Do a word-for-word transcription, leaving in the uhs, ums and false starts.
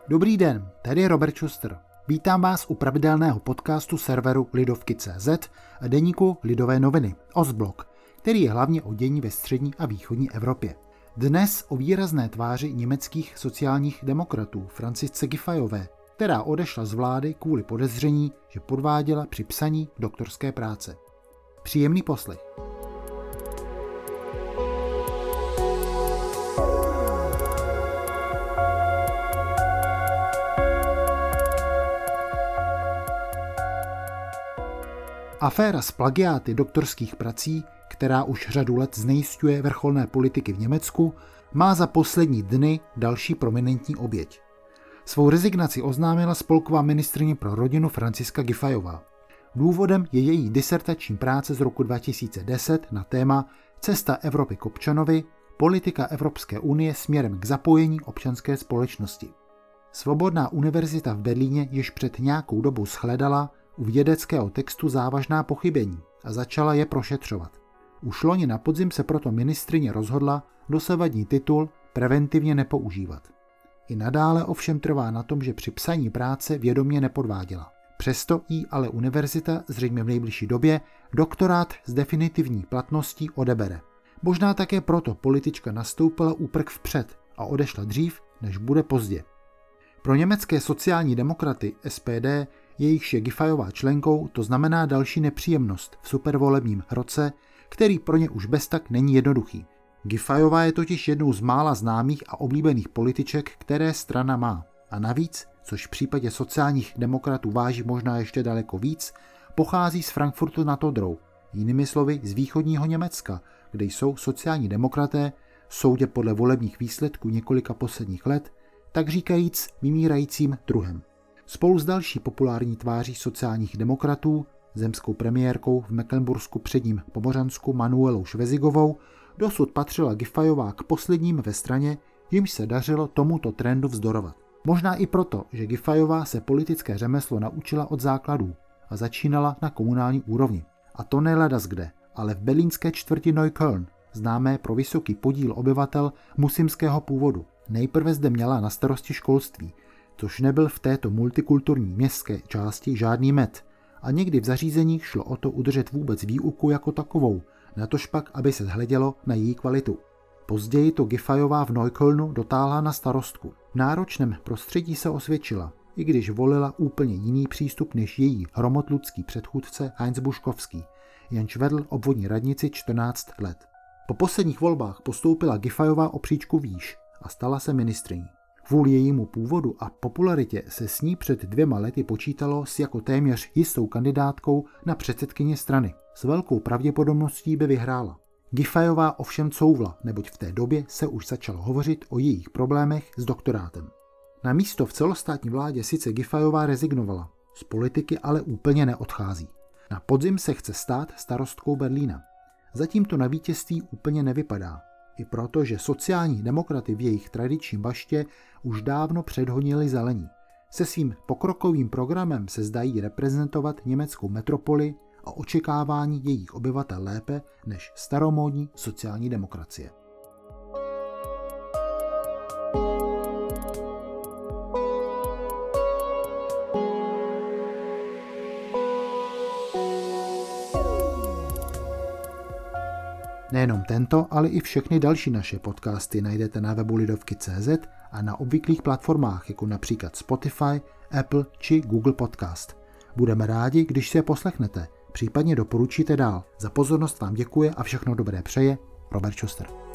Dobrý den, tady je Robert Schuster. Vítám vás u pravidelného podcastu serveru Lidovky tečka cé zet a deníku Lidové noviny, Ostblok, který je hlavně o dění ve střední a východní Evropě. Dnes o výrazné tváři německých sociálních demokratů Francisce Giffeyové, která odešla z vlády kvůli podezření, že podváděla při psaní doktorské práce. Příjemný poslech. Aféra s plagiáty doktorských prací, která už řadu let znejisťuje vrcholné politiky v Německu, má za poslední dny další prominentní oběť. Svou rezignaci oznámila spolková ministryně pro rodinu Franciska Giffeyová. Důvodem je její disertační práce z roku dva tisíce deset na téma Cesta Evropy k občanovi, politika Evropské unie směrem k zapojení občanské společnosti. Svobodná univerzita v Berlíně již před nějakou dobou shledala u vědeckého textu závažná pochybení a začala je prošetřovat. Už loni na podzim se proto ministryně rozhodla dosavadní titul preventivně nepoužívat. I nadále ovšem trvá na tom, že při psaní práce vědomě nepodváděla. Přesto jí ale univerzita zřejmě v nejbližší době doktorát s definitivní platností odebere. Možná také proto politička nastoupila úprk vpřed a odešla dřív, než bude pozdě. Pro německé sociální demokraty S P D, jejichž je Giffeyová členkou, to znamená další nepříjemnost v supervolebním roce, který pro ně už beztak není jednoduchý. Giffeyová je totiž jednou z mála známých a oblíbených političek, které strana má. A navíc, což v případě sociálních demokratů váží možná ještě daleko víc, pochází z Frankfurtu nad Odrou, jinými slovy z východního Německa, kde jsou sociální demokraté, soudě podle volebních výsledků několika posledních let, tak říkajíc vymírajícím druhem. Spolu s další populární tváří sociálních demokratů, zemskou premiérkou v Mecklenbursku předním Pomořansku Manuelou Švezigovou, dosud patřila Giffeyová k posledním ve straně, jimž se dařilo tomuto trendu vzdorovat. Možná i proto, že Giffeyová se politické řemeslo naučila od základů a začínala na komunální úrovni. A to ne ledas kde, ale v berlínské čtvrti Neukölln, známé pro vysoký podíl obyvatel muslimského původu. Nejprve zde měla na starosti školství, což nebyl v této multikulturní městské části žádný med, a někdy v zařízeních šlo o to udržet vůbec výuku jako takovou, natožpak, aby se zhledělo na její kvalitu. Později to Giffeyová v Neuköllnu dotáhla na starostku. V náročném prostředí se osvědčila, i když volila úplně jiný přístup než její hromotludský předchůdce Heinz Buschkowski, jenž vedl obvodní radnici čtrnáct let. Po posledních volbách postoupila Giffeyová o příčku výš a stala se ministryní. Kvůli jejímu původu a popularitě se s ní před dvěma lety počítalo s jako téměř jistou kandidátkou na předsedkyni strany. S velkou pravděpodobností by vyhrála. Giffeyová ovšem couvla, neboť v té době se už začalo hovořit o jejich problémech s doktorátem. Na místo v celostátní vládě sice Giffeyová rezignovala, z politiky ale úplně neodchází. Na podzim se chce stát starostkou Berlína. Zatím to na vítězství úplně nevypadá. I proto, že sociální demokraty v jejich tradiční baště už dávno předhonili zelení. Se svým pokrokovým programem se zdají reprezentovat německou metropoli a očekávání jejich obyvatel lépe než staromódní sociální demokracie. Nejenom tento, ale i všechny další naše podcasty najdete na webu Lidovky tečka cé zet a na obvyklých platformách, jako například Spotify, Apple či Google Podcast. Budeme rádi, když si je poslechnete, případně doporučíte dál. Za pozornost vám děkuje a všechno dobré přeje Robert Schuster.